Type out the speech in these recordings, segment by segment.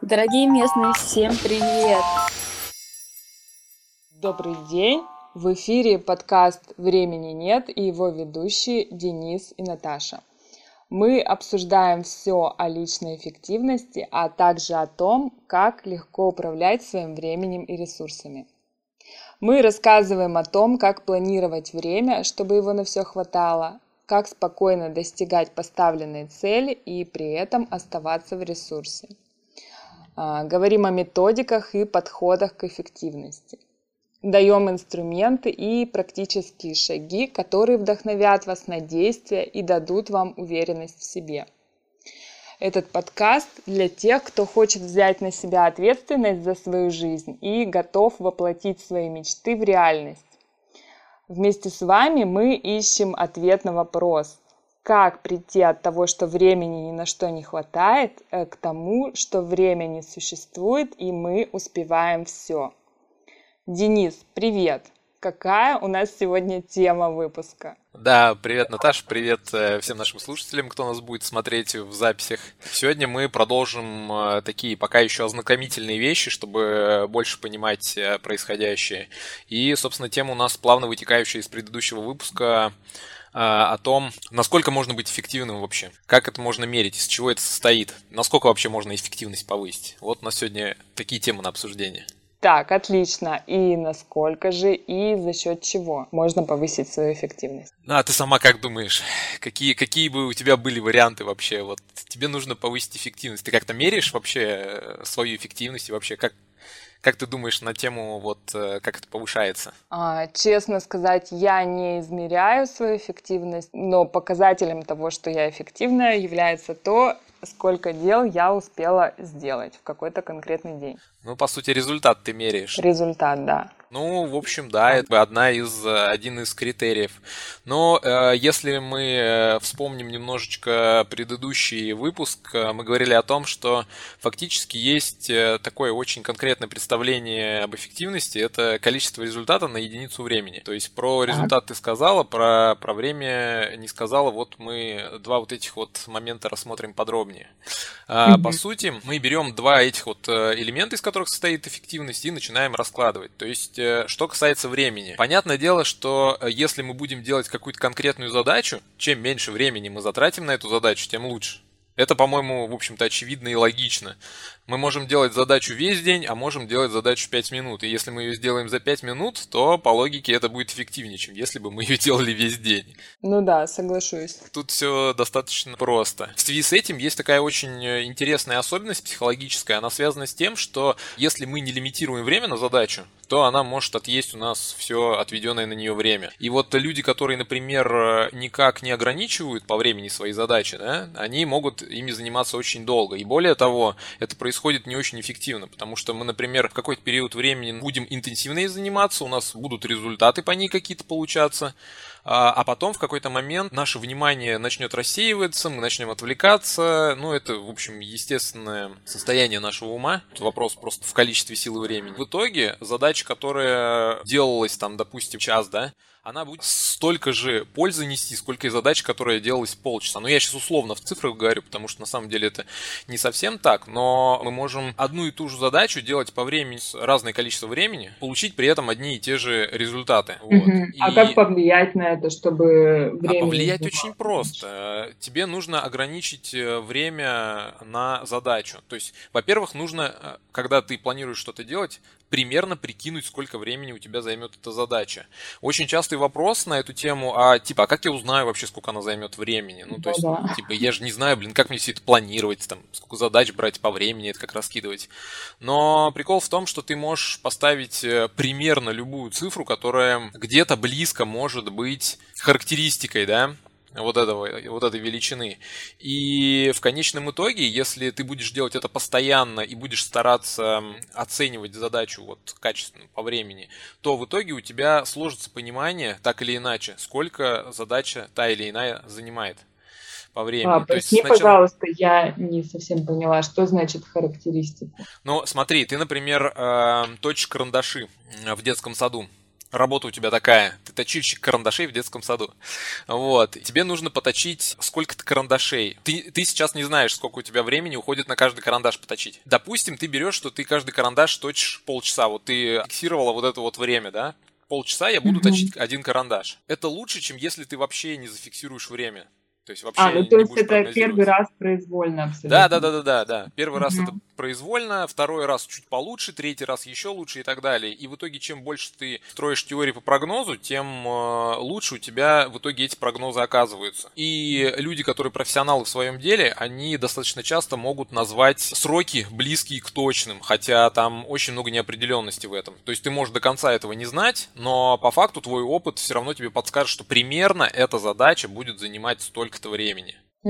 Дорогие местные, всем привет! Добрый день! В эфире подкаст «Времени нет» и его ведущие Денис и Наташа. Мы обсуждаем все о личной эффективности, а также о том, как легко управлять своим временем и ресурсами. Мы рассказываем о том, как планировать время, чтобы его на все хватало, как спокойно достигать поставленной цели и при этом оставаться в ресурсе. Говорим о методиках и подходах к эффективности. Даем инструменты и практические шаги, которые вдохновят вас на действия и дадут вам уверенность в себе. Этот подкаст для тех, кто хочет взять на себя ответственность за свою жизнь и готов воплотить свои мечты в реальность. Вместе с вами мы ищем ответ на вопрос: как прийти от того, что времени ни на что не хватает, к тому, что время не существует и мы успеваем все. Денис, привет! Какая у нас сегодня тема выпуска? Да, привет, Наташа, привет всем нашим слушателям, кто нас будет смотреть в записях. Сегодня мы продолжим такие пока еще ознакомительные вещи, чтобы больше понимать происходящее. И, собственно, тема у нас плавно вытекающая из предыдущего выпуска о том, насколько можно быть эффективным вообще, как это можно мерить, из чего это состоит, насколько вообще можно эффективность повысить. Вот у нас сегодня такие темы на обсуждение. Так, отлично. И насколько же, и за счет чего можно повысить свою эффективность? А ты сама как думаешь, какие бы у тебя были варианты вообще? Вот тебе нужно повысить эффективность. Ты как-то меряешь вообще свою эффективность и вообще как ты думаешь на тему, вот как это повышается? Честно сказать, я не измеряю свою эффективность, но показателем того, что я эффективная, является то, сколько дел я успела сделать в какой-то конкретный день. Ну, по сути, результат ты меряешь. Результат, да. Ну, в общем, да, это один из критериев. Но если мы вспомним немножечко предыдущий выпуск, мы говорили о том, что фактически есть такое очень конкретное представление об эффективности, это количество результата на единицу времени. То есть про результат ты сказала, про время не сказала, вот мы два вот этих вот момента рассмотрим подробнее. По сути, мы берем два этих вот элемента, из которых состоит эффективность, и начинаем раскладывать. То есть, что касается времени. Понятное дело, что если мы будем делать какую-то конкретную задачу, чем меньше времени мы затратим на эту задачу, тем лучше. Это, по-моему, в общем-то, очевидно и логично. Мы можем делать задачу весь день, а можем делать задачу 5 минут. И если мы ее сделаем за 5 минут, то по логике это будет эффективнее, чем если бы мы ее делали весь день. Ну да, соглашусь. Тут все достаточно просто. В связи с этим есть такая очень интересная особенность психологическая. Она связана с тем, что если мы не лимитируем время на задачу, то она может отъесть у нас все отведенное на нее время. И вот люди, которые, например, никак не ограничивают по времени свои задачи, да, они могут ими заниматься очень долго. И более того, это происходит не очень эффективно, потому что мы, например, в какой-то период времени будем интенсивно ей заниматься, у нас будут результаты по ней какие-то получаться, а потом в какой-то момент наше внимание начнет рассеиваться, мы начнем отвлекаться. Ну, это, в общем, естественное состояние нашего ума. Тут вопрос просто в количестве сил и времени. В итоге задача, которая делалась там, допустим, час, да, она будет столько же пользы нести, сколько и задач, которая делалась полчаса. Ну, я сейчас условно в цифрах говорю, потому что на самом деле это не совсем так, но мы можем одну и ту же задачу делать по времени, разное количество времени, получить при этом одни и те же результаты. Вот. А как повлиять на это, чтобы время... повлиять очень просто. Тебе нужно ограничить время на задачу. То есть, во-первых, нужно, когда ты планируешь что-то делать, примерно прикинуть, сколько времени у тебя займет эта задача. Очень частый вопрос на эту тему, а как я узнаю вообще, сколько она займет времени? Ну, то есть, я же не знаю, как мне все это планировать, там, сколько задач брать по времени, это как раскидывать. Но прикол в том, что ты можешь поставить примерно любую цифру, которая где-то близко может быть характеристикой, да, вот этой величины. И в конечном итоге, если ты будешь делать это постоянно и будешь стараться оценивать задачу вот качественно по времени, то в итоге у тебя сложится понимание, так или иначе, сколько задача та или иная занимает по времени. Поясни, пожалуйста, я не совсем поняла, что значит характеристика. Ну, смотри, ты, например, точишь карандаши в детском саду. Работа у тебя такая. Ты точильщик карандашей в детском саду. Вот. Тебе нужно поточить сколько-то карандашей. Ты сейчас не знаешь, сколько у тебя времени уходит на каждый карандаш поточить. Допустим, ты берешь, что ты каждый карандаш точишь полчаса. Вот ты фиксировала вот это вот время, да? Полчаса я буду точить один карандаш. Это лучше, чем если ты вообще не зафиксируешь время. То есть вообще ну не то есть будешь это первый прогнозировать. раз произвольно абсолютно. Да. Первый раз это произвольно, второй раз чуть получше, третий раз еще лучше и так далее. И в итоге, чем больше ты строишь теории по прогнозу, тем лучше у тебя в итоге эти прогнозы оказываются. И люди, которые профессионалы в своем деле, они достаточно часто могут назвать сроки близкие к точным, хотя там очень много неопределенности в этом. То есть ты можешь до конца этого не знать, но по факту твой опыт все равно тебе подскажет, что примерно эта задача будет занимать столько-то времени.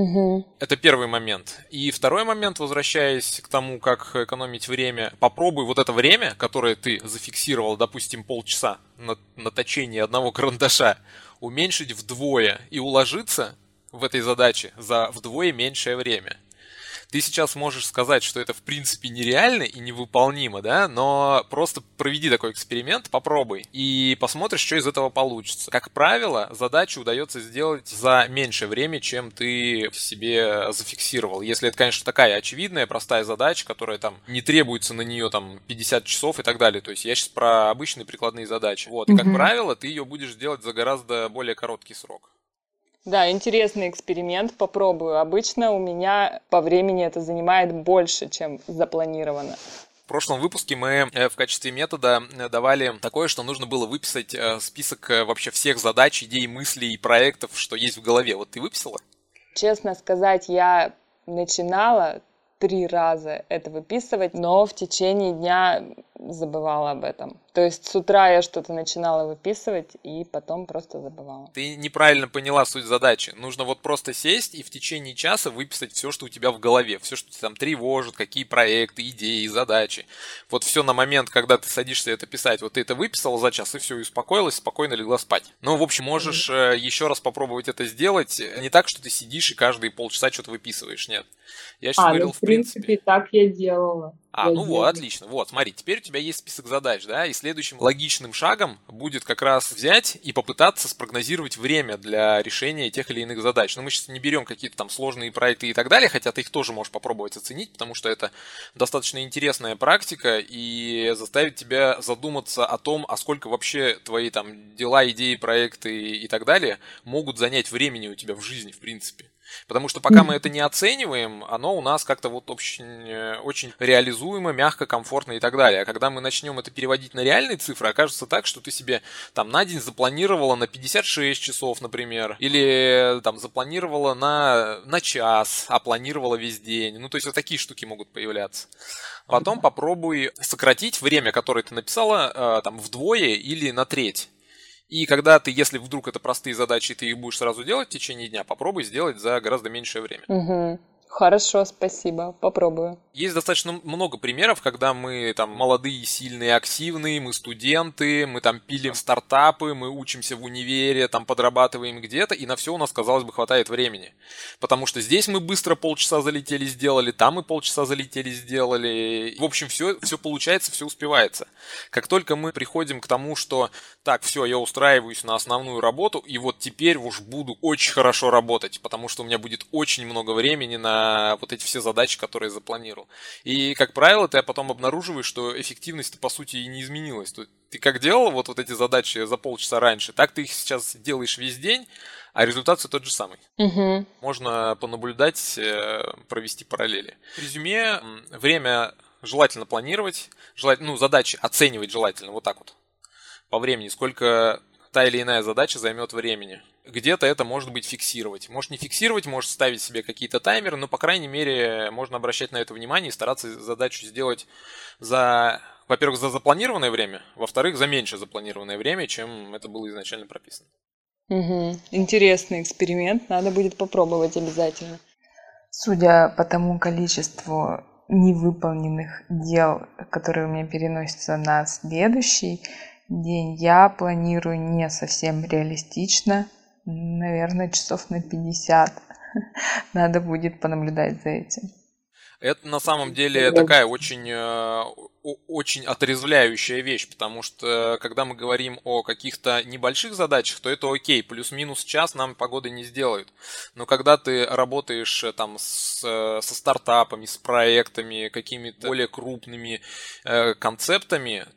Это первый момент. И второй момент, возвращаясь к тому, как экономить время, попробуй вот это время, которое ты зафиксировал, допустим, полчаса на точение одного карандаша, уменьшить вдвое и уложиться в этой задаче за вдвое меньшее время. Ты сейчас можешь сказать, что это в принципе нереально и невыполнимо, да, но просто проведи такой эксперимент, попробуй, и посмотришь, что из этого получится. Как правило, задачу удается сделать за меньшее время, чем ты себе зафиксировал. Если это, конечно, такая очевидная, простая задача, которая там не требуется на нее там 50 часов и так далее. То есть я сейчас про обычные прикладные задачи. Вот. И, как правило, ты ее будешь делать за гораздо более короткий срок. Да, интересный эксперимент, попробую. Обычно у меня по времени это занимает больше, чем запланировано. В прошлом выпуске мы в качестве метода давали такое, что нужно было выписать список вообще всех задач, идей, мыслей и проектов, что есть в голове. Вот ты выписала? Честно сказать, я начинала 3 раза это выписывать, но в течение дня забывала об этом. То есть с утра я что-то начинала выписывать и потом просто забывала. Ты неправильно поняла суть задачи. Нужно вот просто сесть и в течение часа выписать все, что у тебя в голове. Все, что тебя там тревожит, какие проекты, идеи, задачи. Вот все на момент, когда ты садишься это писать. Вот ты это выписала за час и все, и успокоилась, спокойно легла спать. Ну, в общем, можешь еще раз попробовать это сделать. Не так, что ты сидишь и каждые полчаса что-то выписываешь. Нет. Я сейчас говорил в принципе. Так я делала. Вот, отлично. Вот, смотри, теперь у тебя есть список задач, да, и следующим логичным шагом будет как раз взять и попытаться спрогнозировать время для решения тех или иных задач. Но мы сейчас не берем какие-то там сложные проекты и так далее, хотя ты их тоже можешь попробовать оценить, потому что это достаточно интересная практика и заставит тебя задуматься о том, а сколько вообще твои там дела, идеи, проекты и так далее могут занять времени у тебя в жизни, в принципе. Потому что пока мы это не оцениваем, оно у нас как-то вот очень реализуемо, мягко, комфортно и так далее. А когда мы начнем это переводить на реальные цифры, окажется так, что ты себе там на день запланировала на 56 часов, например, или там запланировала на час, а планировала весь день. Ну, то есть вот такие штуки могут появляться. Потом попробуй сократить время, которое ты написала, там вдвое или на треть. И когда ты, если вдруг это простые задачи, ты их будешь сразу делать в течение дня, попробуй сделать за гораздо меньшее время. Хорошо, спасибо, попробую. Есть достаточно много примеров, когда мы там молодые, сильные, активные, мы студенты, мы там пилим стартапы, мы учимся в универе, там подрабатываем где-то, и на все у нас, казалось бы, хватает времени. Потому что здесь мы быстро полчаса залетели, сделали, там мы полчаса залетели, сделали. В общем, все получается, все успевается. Как только мы приходим к тому, что так, все, я устраиваюсь на основную работу, и вот теперь уж буду очень хорошо работать, потому что у меня будет очень много времени на вот эти все задачи, которые я запланировал. И, как правило, ты потом обнаруживаешь, что эффективность, по сути, и не изменилась. Ты как делал вот эти задачи за полчаса раньше, так ты их сейчас делаешь весь день, а результат все тот же самый. Можно понаблюдать, провести параллели. В резюме, время желательно планировать, задачи оценивать желательно, вот так вот, по времени, сколько та или иная задача займет времени. Где-то это может быть фиксировать. Может не фиксировать, может ставить себе какие-то таймеры, но, по крайней мере, можно обращать на это внимание и стараться задачу сделать во-первых, за запланированное время, во-вторых, за меньше запланированное время, чем это было изначально прописано. Интересный эксперимент, надо будет попробовать обязательно. Судя по тому количеству невыполненных дел, которые у меня переносятся на следующий день, я планирую не совсем реалистично, наверное, часов на 50. Надо будет понаблюдать за этим. Это на самом деле такая очень очень отрезвляющая вещь, потому что когда мы говорим о каких-то небольших задачах, то это окей, плюс-минус час нам погоды не сделают. Но когда ты работаешь там со стартапами, с проектами, какими-то более крупными концептами,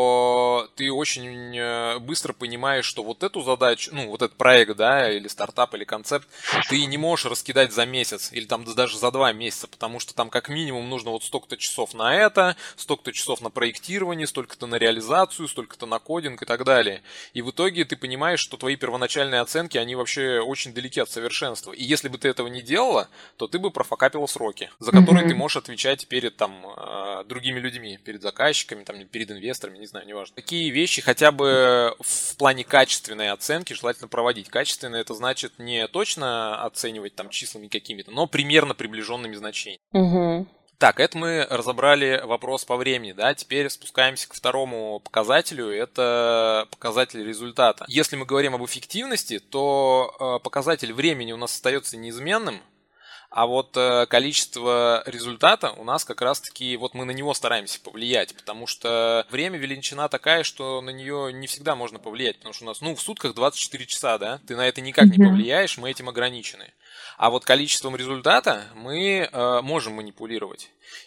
то ты очень быстро понимаешь, что вот эту задачу, ну, вот этот проект, да, или стартап, или концепт, ты не можешь раскидать за месяц, или там даже за 2 месяца, потому что там как минимум нужно вот столько-то часов на это, столько-то часов на проектирование, столько-то на реализацию, столько-то на кодинг и так далее. И в итоге ты понимаешь, что твои первоначальные оценки, они вообще очень далеки от совершенства. И если бы ты этого не делала, то ты бы профокапила сроки, за которые ты можешь отвечать перед там другими людьми, перед заказчиками, там, перед инвесторами, не знаю, неважно. Такие вещи хотя бы в плане качественной оценки желательно проводить. Качественно это значит не точно оценивать там числами какими-то, но примерно приближенными значениями. Так, это мы разобрали вопрос по времени, да, теперь спускаемся к второму показателю, это показатель результата. Если мы говорим об эффективности, то показатель времени у нас остается неизменным, а вот количество результата у нас как раз-таки, вот мы на него стараемся повлиять, потому что время величина такая, что на нее не всегда можно повлиять, потому что у нас, в сутках 24 часа, да, ты на это никак не повлияешь, мы этим ограничены. А вот количеством результата мы можем манипулировать.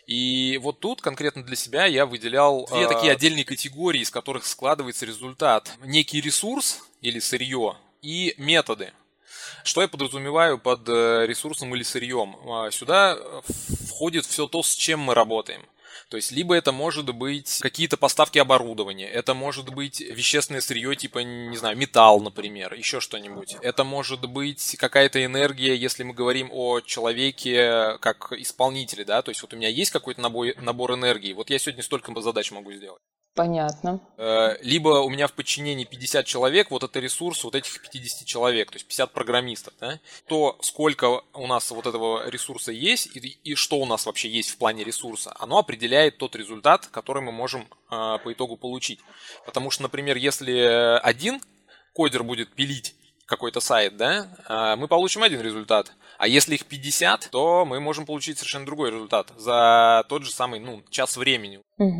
И вот тут конкретно для себя я выделял две такие отдельные категории, из которых складывается результат. Некий ресурс или сырье и методы. Что я подразумеваю под ресурсом или сырьем? Сюда входит все то, с чем мы работаем. То есть, либо это может быть какие-то поставки оборудования, это может быть вещественное сырье, типа, не знаю, металл, например, еще что-нибудь. Это может быть какая-то энергия, если мы говорим о человеке как исполнителе, да, то есть вот у меня есть какой-то набор энергии, вот я сегодня столько задач могу сделать. Понятно. Либо у меня в подчинении 50 человек, вот это ресурс вот этих 50 человек, то есть 50 программистов, да? То, сколько у нас вот этого ресурса есть и что у нас вообще есть в плане ресурса, оно определяет тот результат, который мы можем по итогу получить. Потому что, например, если один кодер будет пилить какой-то сайт, да, мы получим один результат. А если их 50, то мы можем получить совершенно другой результат за тот же самый, час времени.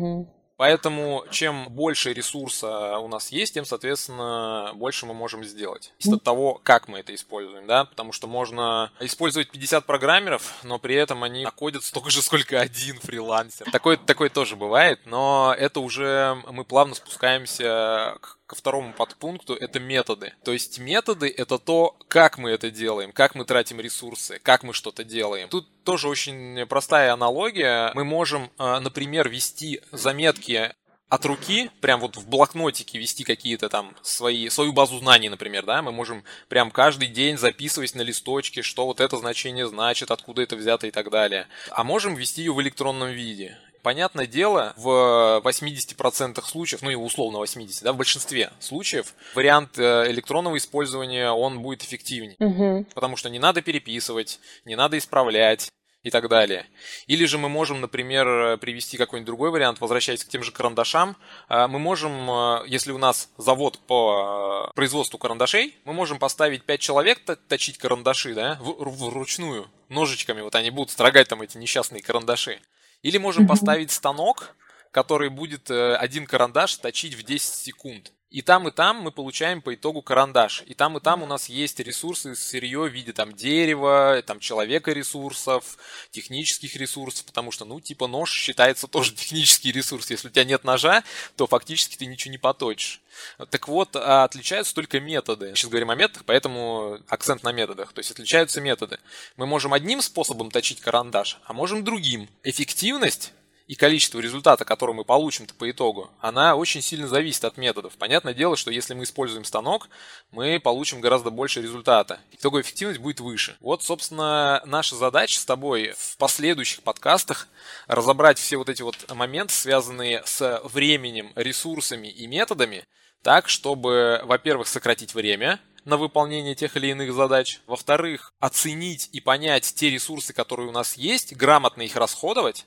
Поэтому чем больше ресурса у нас есть, тем, соответственно, больше мы можем сделать. Зависит от того, как мы это используем, да, потому что можно использовать 50 программеров, но при этом они находят столько же, сколько один фрилансер. Такое тоже бывает, но это уже мы плавно спускаемся ко второму подпункту, это методы. То есть методы — это то, как мы это делаем, как мы тратим ресурсы, как мы что-то делаем. Тут тоже очень простая аналогия. Мы можем, например, вести заметки от руки, прям вот в блокнотике вести какие-то там свою базу знаний, например, да, мы можем прям каждый день записывать на листочке, что вот это значение значит, откуда это взято и так далее. А можем вести ее в электронном виде. Понятное дело, в 80% случаев, и условно 80%, да, в большинстве случаев вариант электронного использования, он будет эффективнее. Потому что не надо переписывать, не надо исправлять и так далее. Или же мы можем, например, привести какой-нибудь другой вариант, возвращаясь к тем же карандашам. Мы можем, если у нас завод по производству карандашей, мы можем поставить 5 человек точить карандаши, да, вручную, ножичками, вот они будут строгать там эти несчастные карандаши. Или можем поставить станок, который будет один карандаш точить в 10 секунд. И там мы получаем по итогу карандаш. И там у нас есть ресурсы, сырье в виде там дерева, там человека ресурсов, технических ресурсов, потому что, нож считается тоже технический ресурс. Если у тебя нет ножа, то фактически ты ничего не поточишь. Так вот, отличаются только методы. Сейчас говорим о методах, поэтому акцент на методах. То есть отличаются методы. Мы можем одним способом точить карандаш, а можем другим. Эффективность и количество результата, который мы получим по итогу, она очень сильно зависит от методов. Понятное дело, что если мы используем станок, мы получим гораздо больше результата. Итоговая эффективность будет выше. Вот, собственно, наша задача с тобой в последующих подкастах разобрать все вот эти вот моменты, связанные с временем, ресурсами и методами, так, чтобы, во-первых, сократить время на выполнение тех или иных задач. Во-вторых, оценить и понять те ресурсы, которые у нас есть, грамотно их расходовать,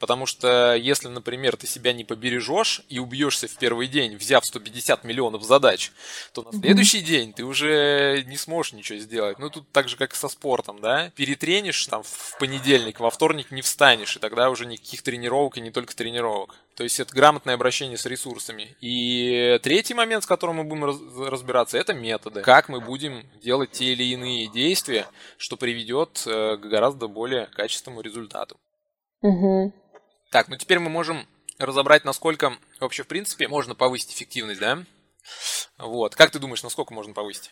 Потому что если, например, ты себя не побережешь и убьешься в первый день, взяв 150 миллионов задач, то на следующий день ты уже не сможешь ничего сделать. Ну, тут так же, как и со спортом, да? Перетренишь там в понедельник, во вторник не встанешь, и тогда уже никаких тренировок и не только тренировок. То есть это грамотное обращение с ресурсами. И третий момент, с которым мы будем разбираться, это методы. Как мы будем делать те или иные действия, что приведет к гораздо более качественному результату. Угу. Так, ну теперь мы можем разобрать, насколько вообще в принципе можно повысить эффективность, да? Вот. Как ты думаешь, насколько можно повысить?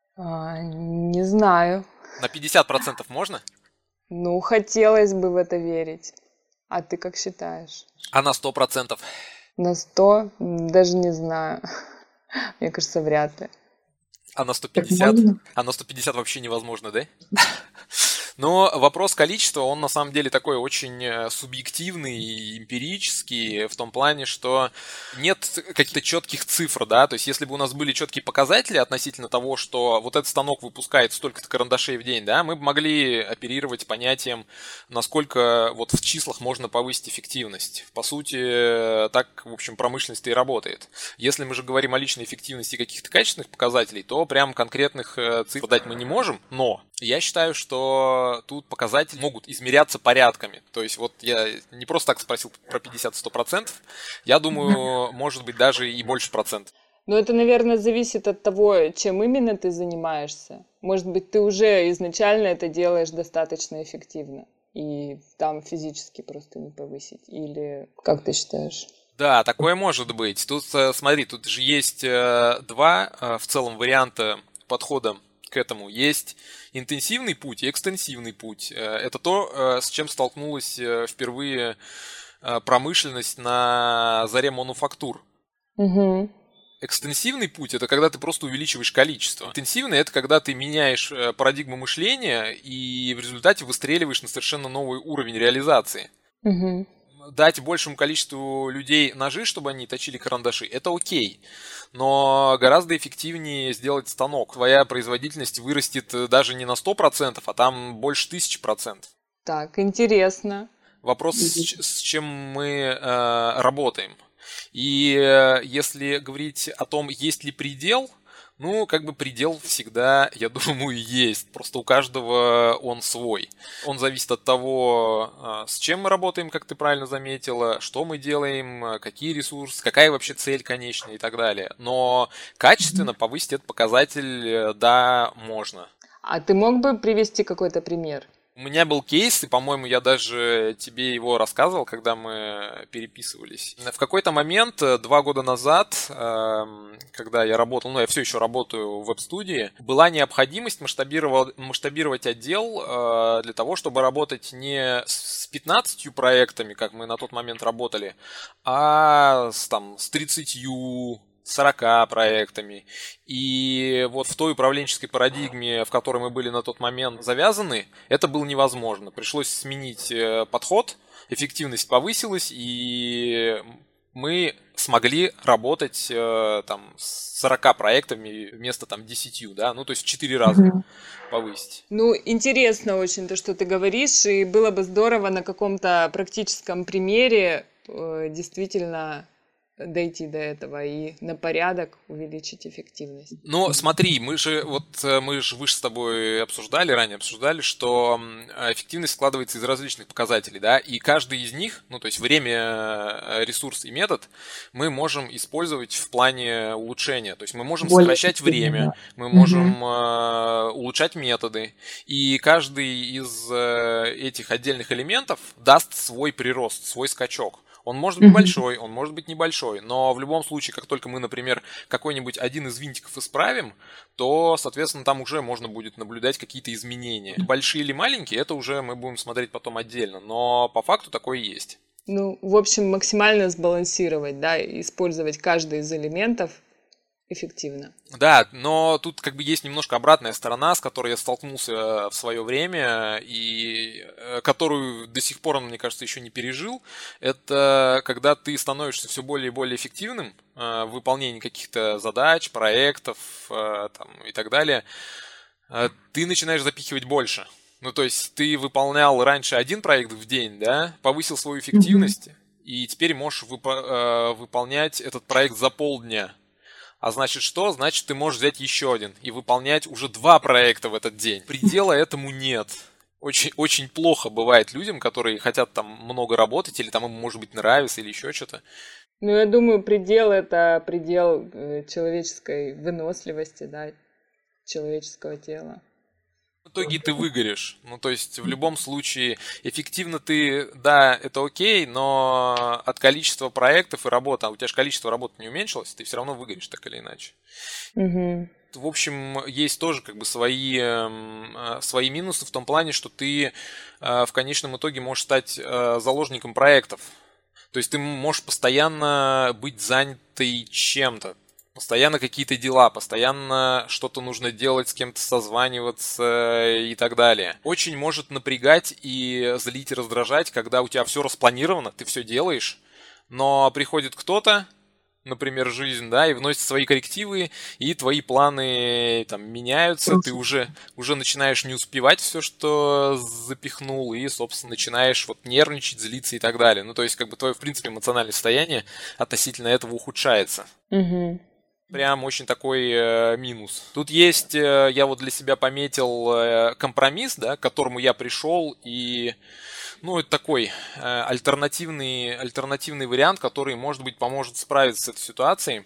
Не знаю. На 50% можно? Ну, хотелось бы в это верить. А ты как считаешь? А на 100%? На 100? Даже не знаю. Мне кажется, вряд ли. А на 150? А на 150 вообще невозможно, да? Но вопрос количества, он на самом деле такой очень субъективный и эмпирический в том плане, что нет каких-то четких цифр, да, то есть если бы у нас были четкие показатели относительно того, что вот этот станок выпускает столько-то карандашей в день, да, мы бы могли оперировать понятием, насколько вот в числах можно повысить эффективность. По сути, так, в общем, промышленность и работает. Если мы же говорим о личной эффективности каких-то качественных показателей, то прям конкретных цифр дать мы не можем, но я считаю, что тут показатели могут измеряться порядками. То есть вот я не просто так спросил про 50-100%, я думаю, может быть даже и больше процентов. Но это, наверное, зависит от того, чем именно ты занимаешься. Может быть, ты уже изначально это делаешь достаточно эффективно, и там физически просто не повысить. Или как ты считаешь? Да, такое может быть. Тут, смотри, тут же есть два в целом варианта подхода к этому. Есть интенсивный путь и экстенсивный путь. Это то, с чем столкнулась впервые промышленность на заре мануфактур. Угу. Экстенсивный путь – это когда ты просто увеличиваешь количество. Интенсивный – это когда ты меняешь парадигму мышления и в результате выстреливаешь на совершенно новый уровень реализации. Угу. Дать большему количеству людей ножи, чтобы они точили карандаши, это окей. Но гораздо эффективнее сделать станок. Твоя производительность вырастет даже не на 100%, а там больше 1000%. Так, интересно. Вопрос, с чем мы работаем. И если говорить о том, есть ли предел, ну, как бы предел всегда, я думаю, есть. Просто у каждого он свой. Он зависит от того, с чем мы работаем, как ты правильно заметила, что мы делаем, какие ресурсы, какая вообще цель конечная и так далее. Но качественно повысить этот показатель, да, можно. А ты мог бы привести какой-то пример? У меня был кейс, и, по-моему, я даже тебе его рассказывал, когда мы переписывались. В какой-то момент, 2 года назад, когда я работал, ну, я все еще работаю в веб-студии, была необходимость масштабировать отдел для того, чтобы работать не с 15 проектами, как мы на тот момент работали, а с 30, 40 проектами. И вот в той управленческой парадигме, в которой мы были на тот момент завязаны, это было невозможно. Пришлось сменить подход, эффективность повысилась, и мы смогли работать с 40 проектами вместо 10, да, ну то есть в 4 раза повысить. Ну, интересно очень то, что ты говоришь, и было бы здорово на каком-то практическом примере действительно дойти до этого и на порядок увеличить эффективность. Но смотри, мы же выше с тобой ранее обсуждали, что эффективность складывается из различных показателей, да, и каждый из них, ну то есть время, ресурс и метод, мы можем использовать в плане улучшения. То есть мы можем сокращать время, мы можем улучшать методы, и каждый из этих отдельных элементов даст свой прирост, свой скачок. Он может быть большой, он может быть небольшой, но в любом случае, как только мы, например, какой-нибудь один из винтиков исправим, то, соответственно, там уже можно будет наблюдать какие-то изменения. Большие или маленькие, это уже мы будем смотреть потом отдельно, но по факту такое есть. Ну, в общем, максимально сбалансировать, да, использовать каждый из элементов эффективно. Да, но тут как бы есть немножко обратная сторона, с которой я столкнулся в свое время и которую до сих пор, мне кажется, еще не пережил. Это когда ты становишься все более и более эффективным в выполнении каких-то задач, проектов и так далее, ты начинаешь запихивать больше. Ну, то есть ты выполнял раньше один проект в день, да, повысил свою Мгм. эффективность, и теперь можешь выполнять этот проект за полдня. А значит что? Значит, ты можешь взять еще один и выполнять уже два проекта в этот день. Предела этому нет. Очень, очень плохо бывает людям, которые хотят там много работать, или там им, может быть, нравится, или еще что-то. Ну, я думаю, предел — это предел человеческой выносливости, да, человеческого тела. В итоге ты выгоришь. Ну, то есть, в любом случае, эффективно ты, да, это окей, но от количества проектов и работы, а у тебя же количество работы не уменьшилось, ты все равно выгоришь так или иначе. Мгм. В общем, есть тоже как бы свои минусы в том плане, что ты в конечном итоге можешь стать заложником проектов. То есть ты можешь постоянно быть занятый чем-то. Постоянно какие-то дела, постоянно что-то нужно делать, с кем-то созваниваться и так далее. Очень может напрягать и злить и раздражать, когда у тебя все распланировано, ты все делаешь, но приходит кто-то, например, жизнь, да, и вносит свои коррективы, и твои планы там меняются, ты Рушит. уже начинаешь не успевать все, что запихнул, и, собственно, начинаешь вот нервничать, злиться и так далее. Ну, то есть, как бы твое, в принципе, эмоциональное состояние относительно этого ухудшается. Мгм. Прям очень такой минус. Тут есть, я вот для себя пометил компромисс, да, к которому я пришел, и ну, это такой альтернативный вариант, который, может быть, поможет справиться с этой ситуацией.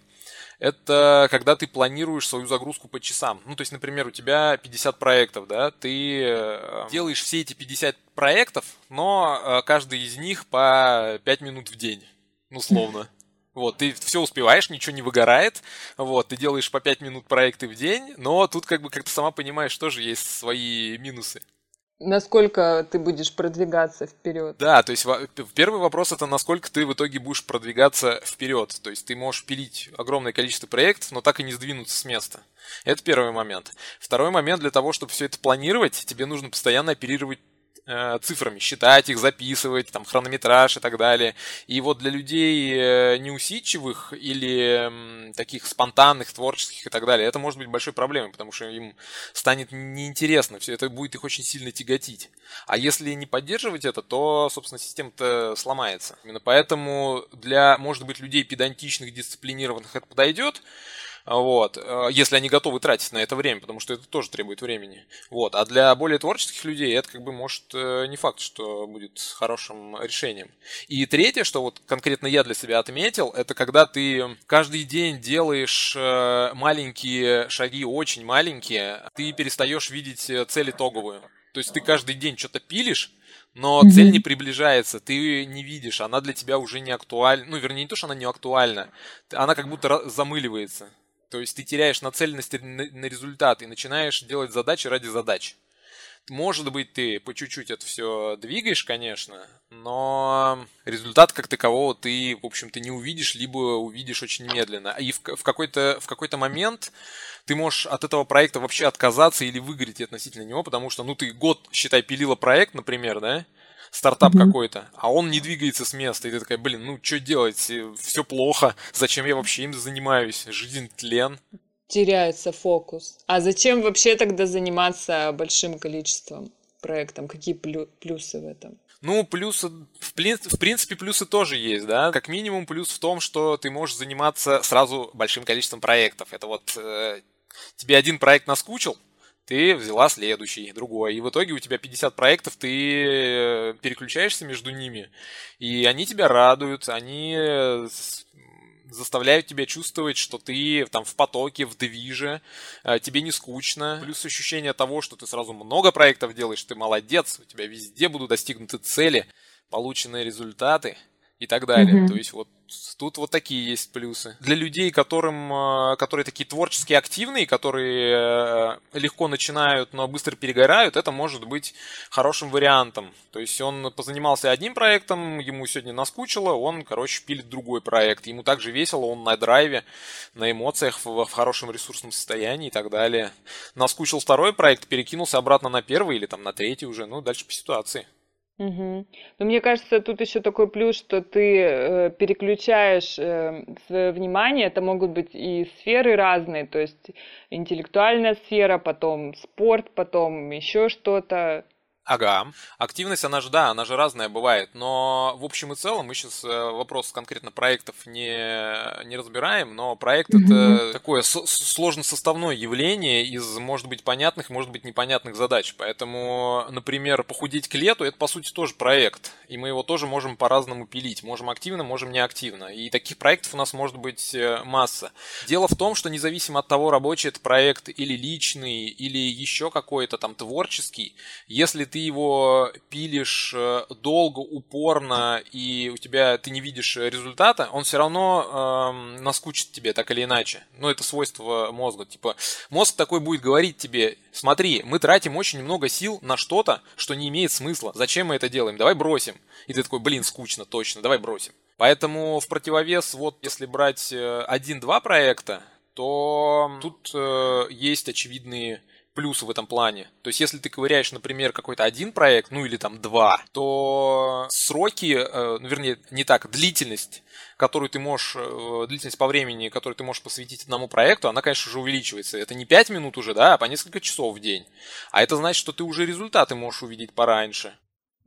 Это когда ты планируешь свою загрузку по часам. Ну, то есть, например, у тебя 50 проектов, да, ты делаешь все эти 50 проектов, но каждый из них по 5 минут в день, условно. Вот, ты все успеваешь, ничего не выгорает, вот, ты делаешь по 5 минут проекты в день, но тут как бы, как ты сама понимаешь, тоже есть свои минусы. Насколько ты будешь продвигаться вперед? Да, то есть первый вопрос это насколько ты в итоге будешь продвигаться вперед. То есть ты можешь пилить огромное количество проектов, но так и не сдвинуться с места. Это первый момент. Второй момент, для того, чтобы все это планировать, тебе нужно постоянно оперировать цифрами, считать их, записывать, там, хронометраж и так далее. И вот для людей неусидчивых или таких спонтанных, творческих и так далее, это может быть большой проблемой, потому что им станет неинтересно, все это будет их очень сильно тяготить. А если не поддерживать это, то, собственно, система-то сломается. Именно поэтому для, может быть, людей педантичных, дисциплинированных это подойдет, вот, если они готовы тратить на это время, потому что это тоже требует времени. Вот, а для более творческих людей это как бы может не факт, что будет хорошим решением. И третье, что вот конкретно я для себя отметил, это когда ты каждый день делаешь маленькие шаги, очень маленькие, ты перестаешь видеть цель итоговую. То есть ты каждый день что-то пилишь, но цель не Мгм. приближается, ты не видишь, она для тебя уже не актуальна. Ну, вернее, не то, что она не актуальна, она как будто замыливается. То есть ты теряешь нацеленность на результат и начинаешь делать задачи ради задач. Может быть, ты по чуть-чуть это все двигаешь, конечно, но результат как такового ты, в общем-то, не увидишь, либо увидишь очень медленно. И в какой-то момент ты можешь от этого проекта вообще отказаться или выгореть относительно него, потому что, ну, ты год, считай, пилила проект, например, да, стартап Мгм. какой-то, а он не двигается с места, и ты такая, блин, ну, что делать, все плохо, зачем я вообще им занимаюсь, жизнь тлен. Теряется фокус. А зачем вообще тогда заниматься большим количеством проектов? Какие плюсы в этом? Ну, плюсы, в принципе, плюсы тоже есть, да. Как минимум, плюс в том, что ты можешь заниматься сразу большим количеством проектов. Это вот тебе один проект наскучил, ты взяла следующий, другой. И в итоге у тебя 50 проектов, ты переключаешься между ними. И они тебя радуют, они заставляют тебя чувствовать, что ты там в потоке, в движе, тебе не скучно. Плюс ощущение того, что ты сразу много проектов делаешь, ты молодец, у тебя везде будут достигнуты цели, полученные результаты и так далее. То Мгм. есть вот тут вот такие есть плюсы. Для людей, которые такие творчески активные, которые легко начинают, но быстро перегорают, это может быть хорошим вариантом. То есть он позанимался одним проектом, ему сегодня наскучило, он, короче, пилит другой проект. Ему также весело, он на драйве, на эмоциях, в хорошем ресурсном состоянии и так далее. Наскучил второй проект, перекинулся обратно на первый или там на третий уже, ну, дальше по ситуации. Мгм. Но мне кажется, тут еще такой плюс, что ты переключаешь свое внимание. Это могут быть и сферы разные, то есть интеллектуальная сфера, потом спорт, потом еще что-то. Ага. Активность, она же, да, она же разная бывает, но в общем и целом мы сейчас вопрос конкретно проектов не разбираем, но проект это такое сложносоставное явление из, может быть, понятных, может быть, непонятных задач. Поэтому, например, похудеть к лету, это по сути тоже проект, и мы его тоже можем по-разному пилить. Можем активно, можем неактивно. И таких проектов у нас может быть масса. Дело в том, что независимо от того, рабочий это проект или личный, или еще какой-то там творческий, если ты его пилишь долго, упорно, и ты не видишь результата, он все равно наскучит тебе так или иначе. Но это свойство мозга. Типа, мозг такой будет говорить тебе: смотри, мы тратим очень много сил на что-то, что не имеет смысла. Зачем мы это делаем? Давай бросим. И ты такой: блин, скучно, точно, давай бросим. Поэтому в противовес, вот если брать 1-2 проекта, то тут есть очевидные плюсы в этом плане. То есть, если ты ковыряешь, например, какой-то один проект, ну или там 2, то сроки, вернее, не так, длительность по времени, которую ты можешь посвятить одному проекту, она, конечно же, увеличивается. Это не 5 минут уже, да, а по несколько часов в день. А это значит, что ты уже результаты можешь увидеть пораньше.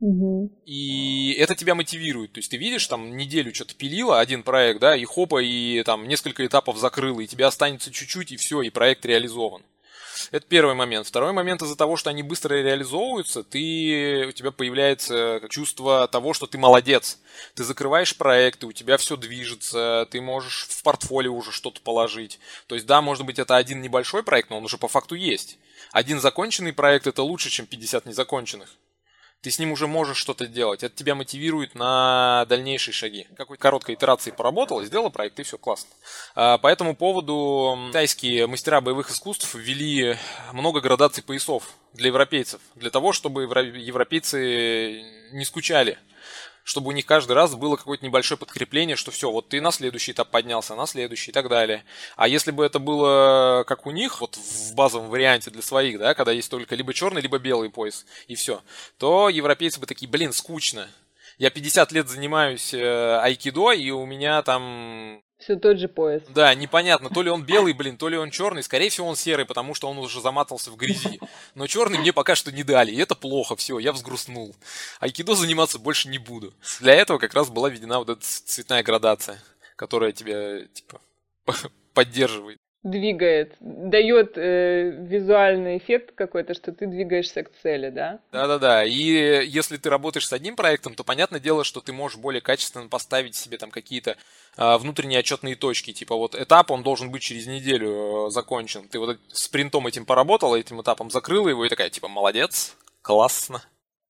И это тебя мотивирует. То есть ты видишь, там неделю что-то пилила, один проект, да, и хопа, и там несколько этапов закрыла, и тебе останется чуть-чуть, и все, и проект реализован. Это первый момент. Второй момент: из-за того, что они быстро реализовываются, у тебя появляется чувство того, что ты молодец. Ты закрываешь проекты, у тебя все движется, ты можешь в портфолио уже что-то положить. То есть, да, может быть, это один небольшой проект, но он уже по факту есть. Один законченный проект – это лучше, чем 50 незаконченных. Ты с ним уже можешь что-то делать. Это тебя мотивирует на дальнейшие шаги. Какой-то короткой итерации поработал, сделал проект, и все, классно. По этому поводу китайские мастера боевых искусств ввели много градаций поясов для европейцев. Для того, чтобы европейцы не скучали. Чтобы у них каждый раз было какое-то небольшое подкрепление, что все, вот ты на следующий этап поднялся, на следующий и так далее. А если бы это было как у них, вот в базовом варианте для своих, да, когда есть только либо черный, либо белый пояс, и все, то европейцы бы такие: блин, скучно. Я 50 лет занимаюсь айкидо, и у меня там... Все тот же пояс. Да, непонятно, то ли он белый, то ли он черный. Скорее всего, он серый, потому что он уже заматался в грязи. Но черный мне пока что не дали, и это плохо, все, я взгрустнул. Айкидо заниматься больше не буду. Для этого как раз была введена вот эта цветная градация, которая тебя, типа, поддерживает. Двигает, дает визуальный эффект какой-то, что ты двигаешься к цели, да? Да-да-да, и если ты работаешь с одним проектом, то понятное дело, что ты можешь более качественно поставить себе там какие-то внутренние отчетные точки, типа вот этап, он должен быть через неделю закончен. Ты вот спринтом этим поработала, этим этапом закрыла его и такая, типа, молодец, классно.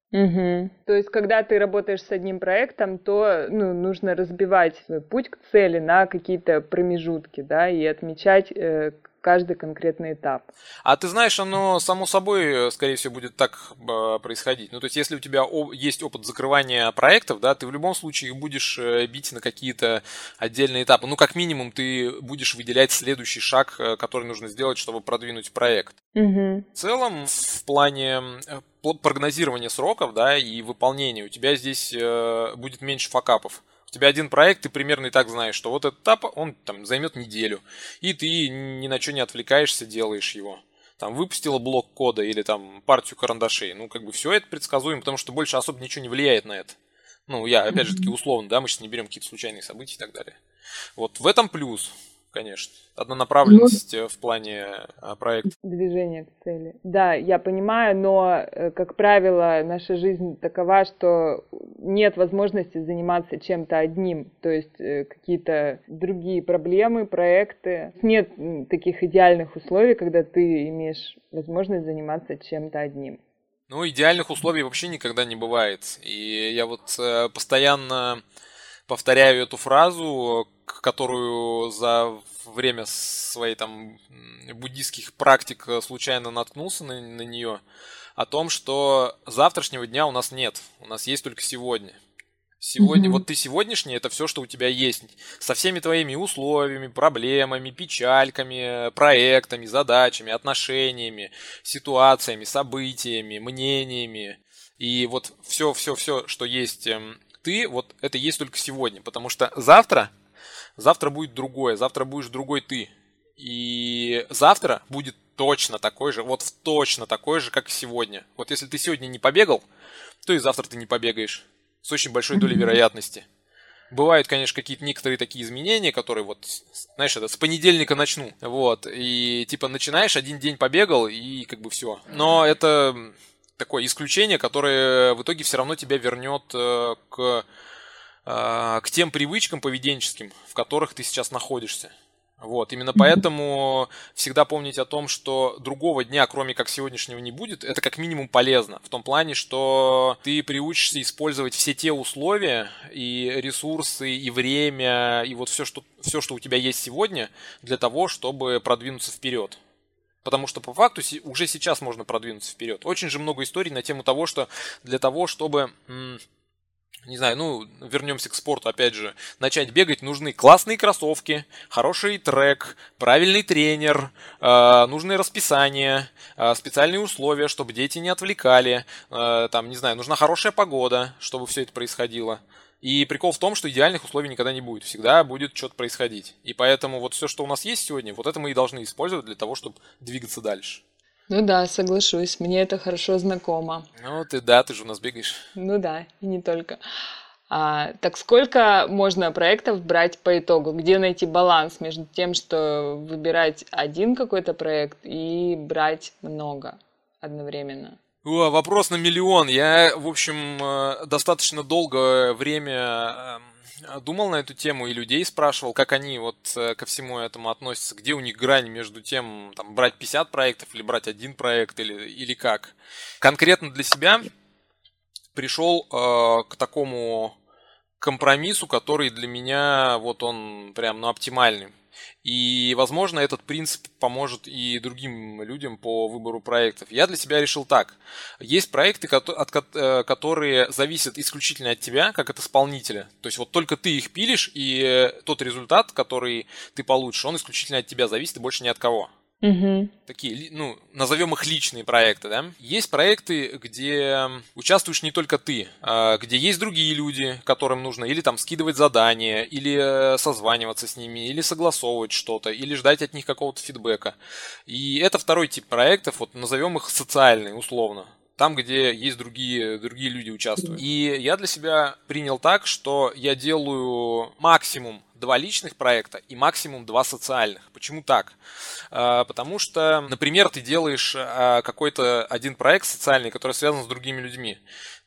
То есть, когда ты работаешь с одним проектом, то нужно разбивать свой путь к цели на какие-то промежутки, да, и отмечать каждый конкретный этап. А ты знаешь, оно само собой, скорее всего, будет так происходить. Ну, то есть, если у тебя есть опыт закрывания проектов, да, ты в любом случае будешь бить на какие-то отдельные этапы. Ну, как минимум, ты будешь выделять следующий шаг, который нужно сделать, чтобы продвинуть проект. В целом, в плане прогнозирования сроков, да, и выполнения, у тебя здесь будет меньше факапов. У тебя один проект, ты примерно и так знаешь, что вот этот этап, он там займет неделю, и ты ни на что не отвлекаешься, делаешь его. Там выпустила блок кода или там партию карандашей, ну как бы все это предсказуемо, потому что больше особо ничего не влияет на это. Ну, я опять же таки условно, да, мы сейчас не берем какие-то случайные события и так далее. Вот в этом плюс, конечно. Однонаправленность в плане проекта. Движение к цели. Да, я понимаю, но, как правило, наша жизнь такова, что нет возможности заниматься чем-то одним. То есть какие-то другие проблемы, проекты. Нет таких идеальных условий, когда ты имеешь возможность заниматься чем-то одним. Ну, идеальных условий вообще никогда не бывает. И я вот постоянно повторяю эту фразу, которую за время своей там буддийских практик случайно наткнулся на нее, о том, что завтрашнего дня у нас нет, у нас есть только сегодня. Сегодня, вот ты сегодняшний, это все, что у тебя есть, со всеми твоими условиями, проблемами, печальками, проектами, задачами, отношениями, ситуациями, событиями, мнениями. И вот все, что есть ты, вот это есть только сегодня, потому что завтра будет другое, завтра будешь другой ты. И завтра будет точно такой же, вот точно такой же, как и сегодня. Вот если ты сегодня не побегал, то и завтра ты не побегаешь. С очень большой долей вероятности. Бывают, конечно, какие-то некоторые такие изменения, которые вот, знаешь, это с понедельника начну. Вот. И типа начинаешь, один день побегал, и как бы все. Но это такое исключение, которое в итоге все равно тебя вернет к тем привычкам поведенческим, в которых ты сейчас находишься. Вот, именно поэтому всегда помнить о том, что другого дня, кроме как сегодняшнего, не будет, это как минимум полезно. В том плане, что ты приучишься использовать все те условия и ресурсы, и время, и вот все, что у тебя есть сегодня, для того, чтобы продвинуться вперед. Потому что по факту уже сейчас можно продвинуться вперед. Очень же много историй на тему того, что для того, чтобы... Не знаю, вернемся к спорту, опять же. Начать бегать нужны классные кроссовки, хороший трек, правильный тренер, нужное расписание, специальные условия, чтобы дети не отвлекали. Нужна хорошая погода, чтобы все это происходило. И прикол в том, что идеальных условий никогда не будет. Всегда будет что-то происходить. И поэтому вот все, что у нас есть сегодня, вот это мы и должны использовать для того, чтобы двигаться дальше. Ну да, соглашусь, мне это хорошо знакомо. Ты же у нас бегаешь. Ну да, и не только. Так сколько можно проектов брать по итогу? Где найти баланс между тем, что выбирать один какой-то проект и брать много одновременно? Вопрос на миллион. Я, в общем, достаточно долгое время думал на эту тему и людей спрашивал, как они вот ко всему этому относятся, где у них грань между тем, брать 50 проектов или брать один проект или как. Конкретно для себя пришел к такому компромиссу, который для меня вот он прям оптимальный. И, возможно, этот принцип поможет и другим людям по выбору проектов. Я для себя решил так. Есть проекты, которые зависят исключительно от тебя, как от исполнителя. То есть вот только ты их пилишь, и тот результат, который ты получишь, он исключительно от тебя зависит и больше ни от кого. Угу. Такие, назовем их личные проекты, да? Есть проекты, где участвуешь не только ты, где есть другие люди, которым нужно или скидывать задания, или созваниваться с ними, или согласовывать что-то, или ждать от них какого-то фидбэка. И это второй тип проектов, вот назовем их социальные, условно. Там, где есть другие люди участвуют. И я для себя принял так, что я делаю максимум 2 личных проекта и максимум 2 социальных. Почему так? Потому что, например, ты делаешь какой-то один проект социальный, который связан с другими людьми.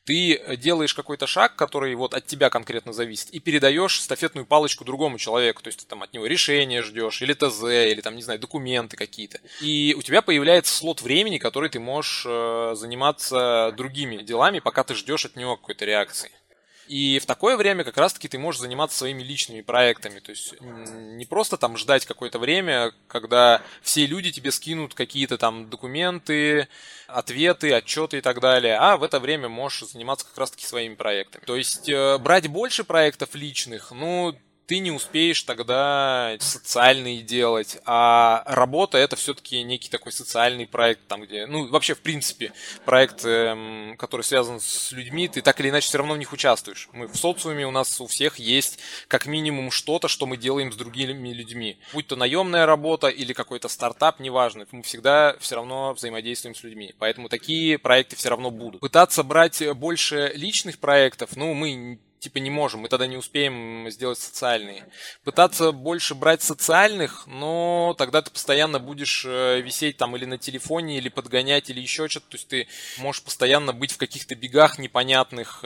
Ты делаешь какой-то шаг, который вот от тебя конкретно зависит, и передаешь стафетную палочку другому человеку. То есть ты от него решение ждешь, или ТЗ, или документы какие-то. И у тебя появляется слот времени, который ты можешь заниматься другими делами, пока ты ждешь от него какой-то реакции. И в такое время как раз-таки ты можешь заниматься своими личными проектами. То есть не просто ждать какое-то время, когда все люди тебе скинут какие-то документы, ответы, отчеты и так далее, а в это время можешь заниматься как раз-таки своими проектами. То есть брать больше проектов личных, ты не успеешь тогда социальные делать, а работа это все-таки некий такой социальный проект, где, вообще в принципе проект, который связан с людьми, ты так или иначе все равно в них участвуешь. Мы в социуме, у нас у всех есть как минимум что-то, что мы делаем с другими людьми. Будь то наемная работа или какой-то стартап, неважно, мы всегда все равно взаимодействуем с людьми. Поэтому такие проекты все равно будут. Пытаться брать больше личных проектов, мы не можем, мы тогда не успеем сделать социальные. Пытаться больше брать социальных, но тогда ты постоянно будешь висеть или на телефоне, или подгонять, или еще что-то. То есть ты можешь постоянно быть в каких-то бегах непонятных,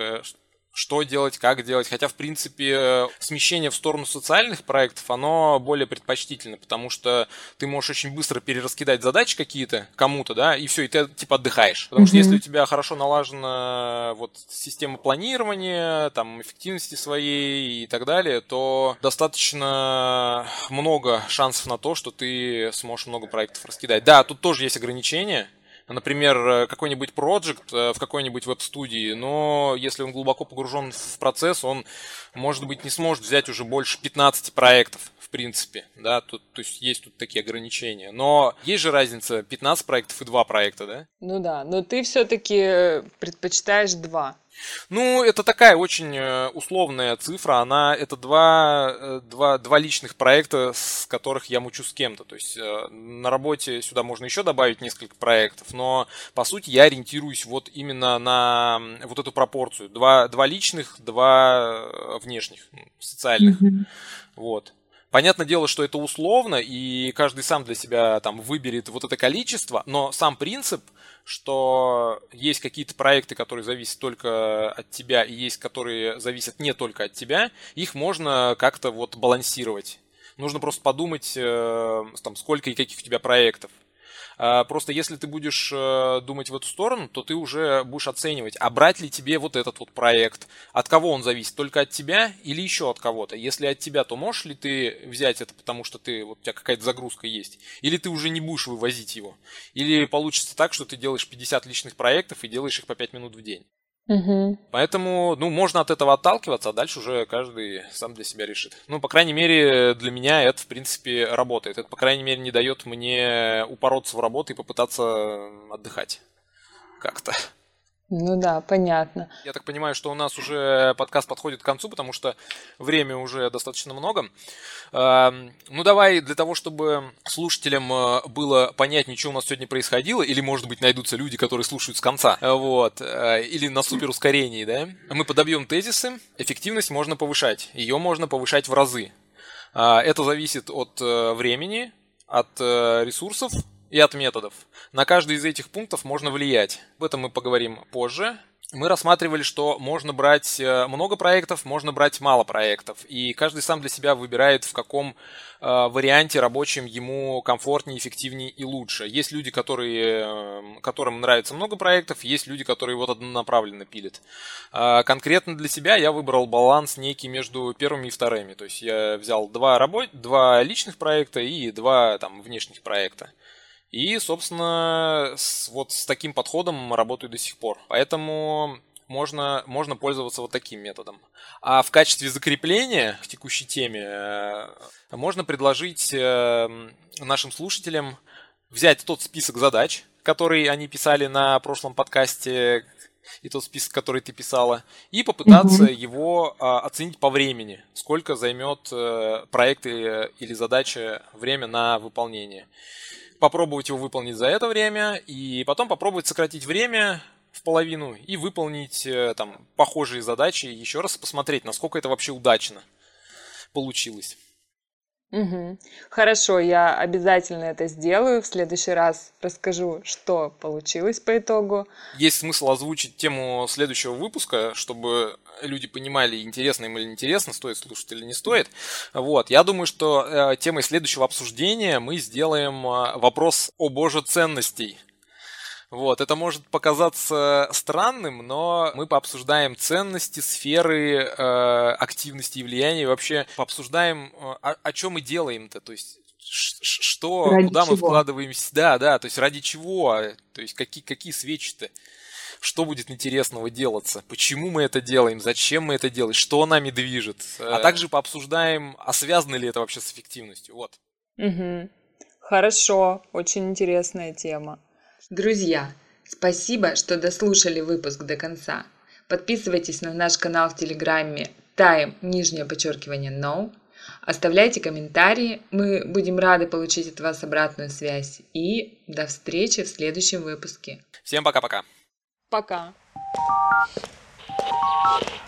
что делать, как делать. Хотя, в принципе, смещение в сторону социальных проектов, оно более предпочтительно, потому что ты можешь очень быстро перераскидать задачи какие-то кому-то, да, и все, и ты отдыхаешь. Потому что если у тебя хорошо налажена система планирования, эффективности своей и так далее, то достаточно много шансов на то, что ты сможешь много проектов раскидать. Да, тут тоже есть ограничения. Например, какой-нибудь проект в какой-нибудь веб-студии, но если он глубоко погружен в процесс, он, может быть, не сможет взять уже больше 15 проектов, в принципе, да, то есть есть тут такие ограничения. Но есть же разница 15 проектов и 2 проекта, да? Ну да, но ты все-таки предпочитаешь 2. Ну, это такая очень условная цифра. Это два личных проекта, с которых я мучу с кем-то. То есть на работе сюда можно еще добавить несколько проектов, но по сути я ориентируюсь вот именно на вот эту пропорцию. Два личных, два внешних, социальных. Вот. Понятное дело, что это условно, и каждый сам для себя там выберет вот это количество, но сам принцип, что есть какие-то проекты, которые зависят только от тебя, и есть, которые зависят не только от тебя, их можно как-то вот балансировать. Нужно просто подумать, там, сколько и каких у тебя проектов. Просто если ты будешь думать в эту сторону, то ты уже будешь оценивать, а брать ли тебе вот этот вот проект, от кого он зависит, только от тебя или еще от кого-то. Если от тебя, то можешь ли ты взять это, потому что вот у тебя какая-то загрузка есть, или ты уже не будешь вывозить его, или получится так, что ты делаешь 50 личных проектов и делаешь их по 5 минут в день. Поэтому, можно от этого отталкиваться, а дальше уже каждый сам для себя решит. По крайней мере, для меня это, в принципе, работает. Это, по крайней мере, не дает мне упороться в работу и попытаться отдыхать как-то. Ну да, понятно. Я так понимаю, что у нас уже подкаст подходит к концу, потому что время уже достаточно много. Давай для того, чтобы слушателям было понятнее, что у нас сегодня происходило, или, может быть, найдутся люди, которые слушают с конца, или на суперускорении, да, мы подобьем тезисы. Эффективность можно повышать, ее можно повышать в разы. Это зависит от времени, от ресурсов и от методов. На каждый из этих пунктов можно влиять. Об этом мы поговорим позже. Мы рассматривали, что можно брать много проектов, можно брать мало проектов. И каждый сам для себя выбирает, в каком варианте рабочем ему комфортнее, эффективнее и лучше. Есть люди, которым нравится много проектов, есть люди, которые вот однонаправленно пилят. Конкретно для себя я выбрал баланс некий между первыми и вторыми. То есть я взял два личных проекта и два внешних проекта. И, собственно, с таким подходом работаю до сих пор. Поэтому можно пользоваться вот таким методом. А в качестве закрепления к текущей теме можно предложить нашим слушателям взять тот список задач, который они писали на прошлом подкасте, и тот список, который ты писала, и попытаться его оценить по времени, сколько займет проект или задача время на выполнение. Попробовать его выполнить за это время, и потом попробовать сократить время в половину и выполнить похожие задачи еще раз, посмотреть, насколько это вообще удачно получилось. Хорошо, я обязательно это сделаю. В следующий раз расскажу, что получилось по итогу. Есть смысл озвучить тему следующего выпуска, чтобы люди понимали, интересно им или неинтересно, стоит слушать или не стоит. Я думаю, что темой следующего обсуждения мы сделаем вопрос ценностей. Это может показаться странным, но мы пообсуждаем ценности, сферы активности и влияния, вообще пообсуждаем, о чем мы делаем-то, то есть куда мы вкладываемся, то есть ради чего, то есть какие свечи-то, что будет интересного делаться, почему мы это делаем, зачем мы это делаем, что нами движет, а также пообсуждаем, связано ли это вообще с эффективностью. Хорошо, очень интересная тема. Друзья, спасибо, что дослушали выпуск до конца. Подписывайтесь на наш канал в Телеграме time_no. Оставляйте комментарии, мы будем рады получить от вас обратную связь. И до встречи в следующем выпуске. Всем пока-пока. Пока.